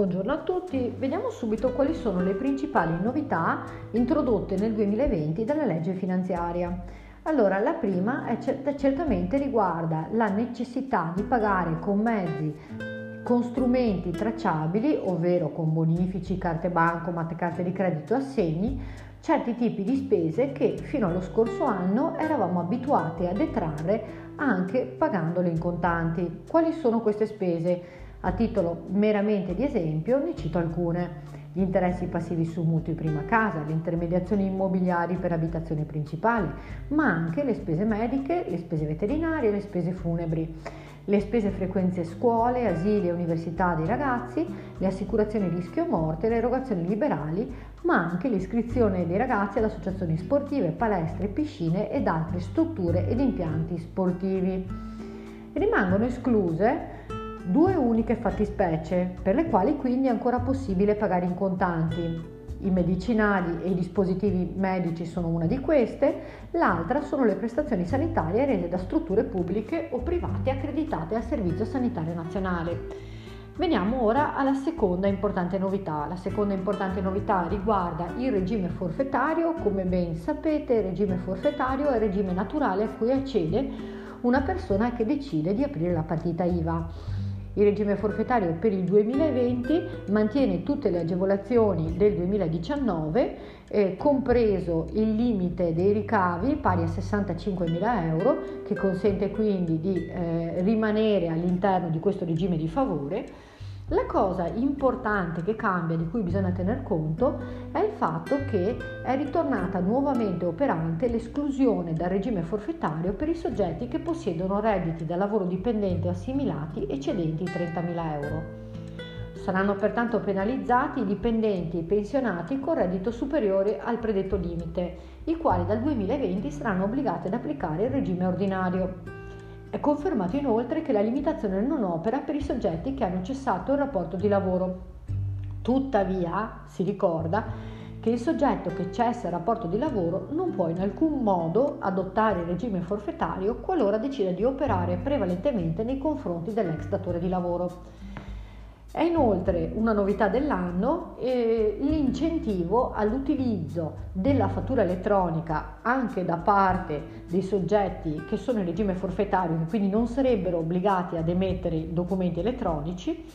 Buongiorno a tutti, vediamo subito quali sono le principali novità introdotte nel 2020 dalla legge finanziaria. Allora, la prima certamente riguarda la necessità di pagare con mezzi, con strumenti tracciabili, ovvero con bonifici, carte bancomat, carte di credito, assegni, certi tipi di spese che fino allo scorso anno eravamo abituati a detrarre anche pagandole in contanti. Quali sono queste spese? A titolo meramente di esempio ne cito alcune: gli interessi passivi su mutui prima casa, le intermediazioni immobiliari per abitazione principale, ma anche le spese mediche, le spese veterinarie, le spese funebri, le spese frequenze scuole, asili e università dei ragazzi, le assicurazioni rischio morte, le erogazioni liberali, ma anche l'iscrizione dei ragazzi ad associazioni sportive, palestre, piscine ed altre strutture ed impianti sportivi. Rimangono escluse due uniche fattispecie, per le quali quindi è ancora possibile pagare in contanti. I medicinali e i dispositivi medici sono una di queste, l'altra sono le prestazioni sanitarie rese da strutture pubbliche o private accreditate al Servizio Sanitario Nazionale. Veniamo ora alla seconda importante novità. La seconda importante novità riguarda il regime forfettario. Come ben sapete, il regime forfettario è il regime naturale a cui accede una persona che decide di aprire la partita IVA. Il regime forfettario per il 2020 mantiene tutte le agevolazioni del 2019, compreso il limite dei ricavi pari a 65.000 euro, che consente quindi di rimanere all'interno di questo regime di favore. La cosa importante che cambia, di cui bisogna tener conto, è il fatto che è ritornata nuovamente operante l'esclusione dal regime forfettario per i soggetti che possiedono redditi da lavoro dipendente assimilati eccedenti i 30.000 euro. Saranno pertanto penalizzati i dipendenti e i pensionati con reddito superiore al predetto limite, i quali dal 2020 saranno obbligati ad applicare il regime ordinario. È confermato inoltre che la limitazione non opera per i soggetti che hanno cessato il rapporto di lavoro. Tuttavia, si ricorda che il soggetto che cessa il rapporto di lavoro non può in alcun modo adottare il regime forfettario qualora decida di operare prevalentemente nei confronti dell'ex datore di lavoro. È inoltre una novità dell'anno l'incentivo all'utilizzo della fattura elettronica anche da parte dei soggetti che sono in regime forfettario, che quindi non sarebbero obbligati ad emettere documenti elettronici,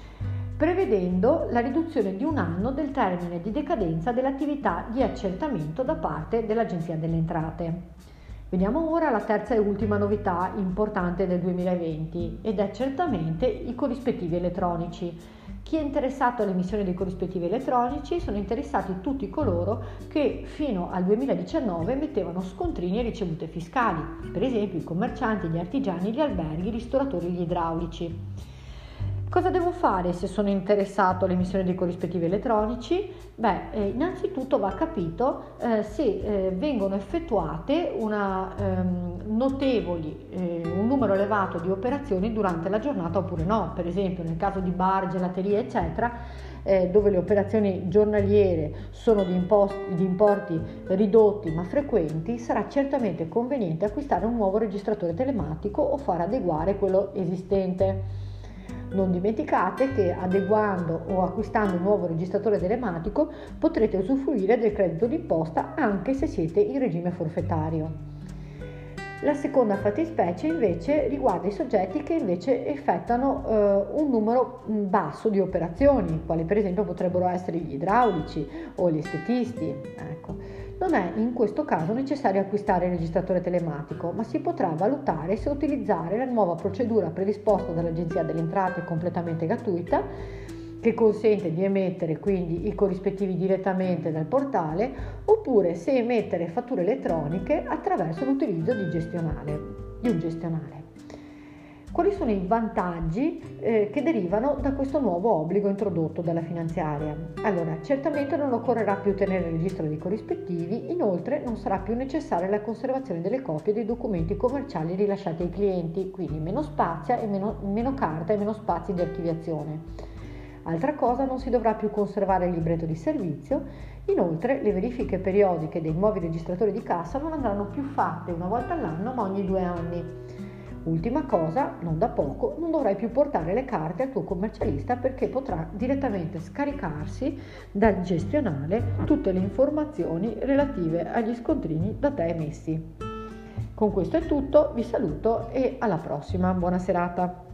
prevedendo la riduzione di un anno del termine di decadenza dell'attività di accertamento da parte dell'Agenzia delle Entrate. Vediamo ora la terza e ultima novità importante del 2020 ed è certamente i corrispettivi elettronici. Chi è interessato all'emissione dei corrispettivi elettronici sono interessati tutti coloro che fino al 2019 mettevano scontrini e ricevute fiscali, per esempio i commercianti, gli artigiani, gli alberghi, i ristoratori e gli idraulici. Cosa devo fare se sono interessato all'emissione dei corrispettivi elettronici? Innanzitutto va capito se vengono effettuate un numero elevato di operazioni durante la giornata oppure no. Per esempio nel caso di bar, gelaterie eccetera, dove le operazioni giornaliere sono di importi ridotti ma frequenti, sarà certamente conveniente acquistare un nuovo registratore telematico o far adeguare quello esistente. Non dimenticate che adeguando o acquistando un nuovo registratore telematico potrete usufruire del credito d'imposta anche se siete in regime forfettario. La seconda fattispecie invece riguarda i soggetti che invece effettuano un numero basso di operazioni, quali per esempio potrebbero essere gli idraulici o gli estetisti. Non è in questo caso necessario acquistare il registratore telematico, ma si potrà valutare se utilizzare la nuova procedura predisposta dall'Agenzia delle Entrate completamente gratuita, che consente di emettere quindi i corrispettivi direttamente dal portale, oppure se emettere fatture elettroniche attraverso l'utilizzo di un gestionale. Quali sono i vantaggi che derivano da questo nuovo obbligo introdotto dalla finanziaria? Allora, certamente non occorrerà più tenere il registro dei corrispettivi, inoltre non sarà più necessaria la conservazione delle copie dei documenti commerciali rilasciati ai clienti, quindi meno spazio e meno carta e meno spazi di archiviazione. Altra cosa, non si dovrà più conservare il libretto di servizio. Inoltre, le verifiche periodiche dei nuovi registratori di cassa non andranno più fatte una volta all'anno, ma ogni 2 anni. Ultima cosa, non da poco, non dovrai più portare le carte al tuo commercialista perché potrà direttamente scaricarsi dal gestionale tutte le informazioni relative agli scontrini da te emessi. Con questo è tutto, vi saluto e alla prossima, buona serata.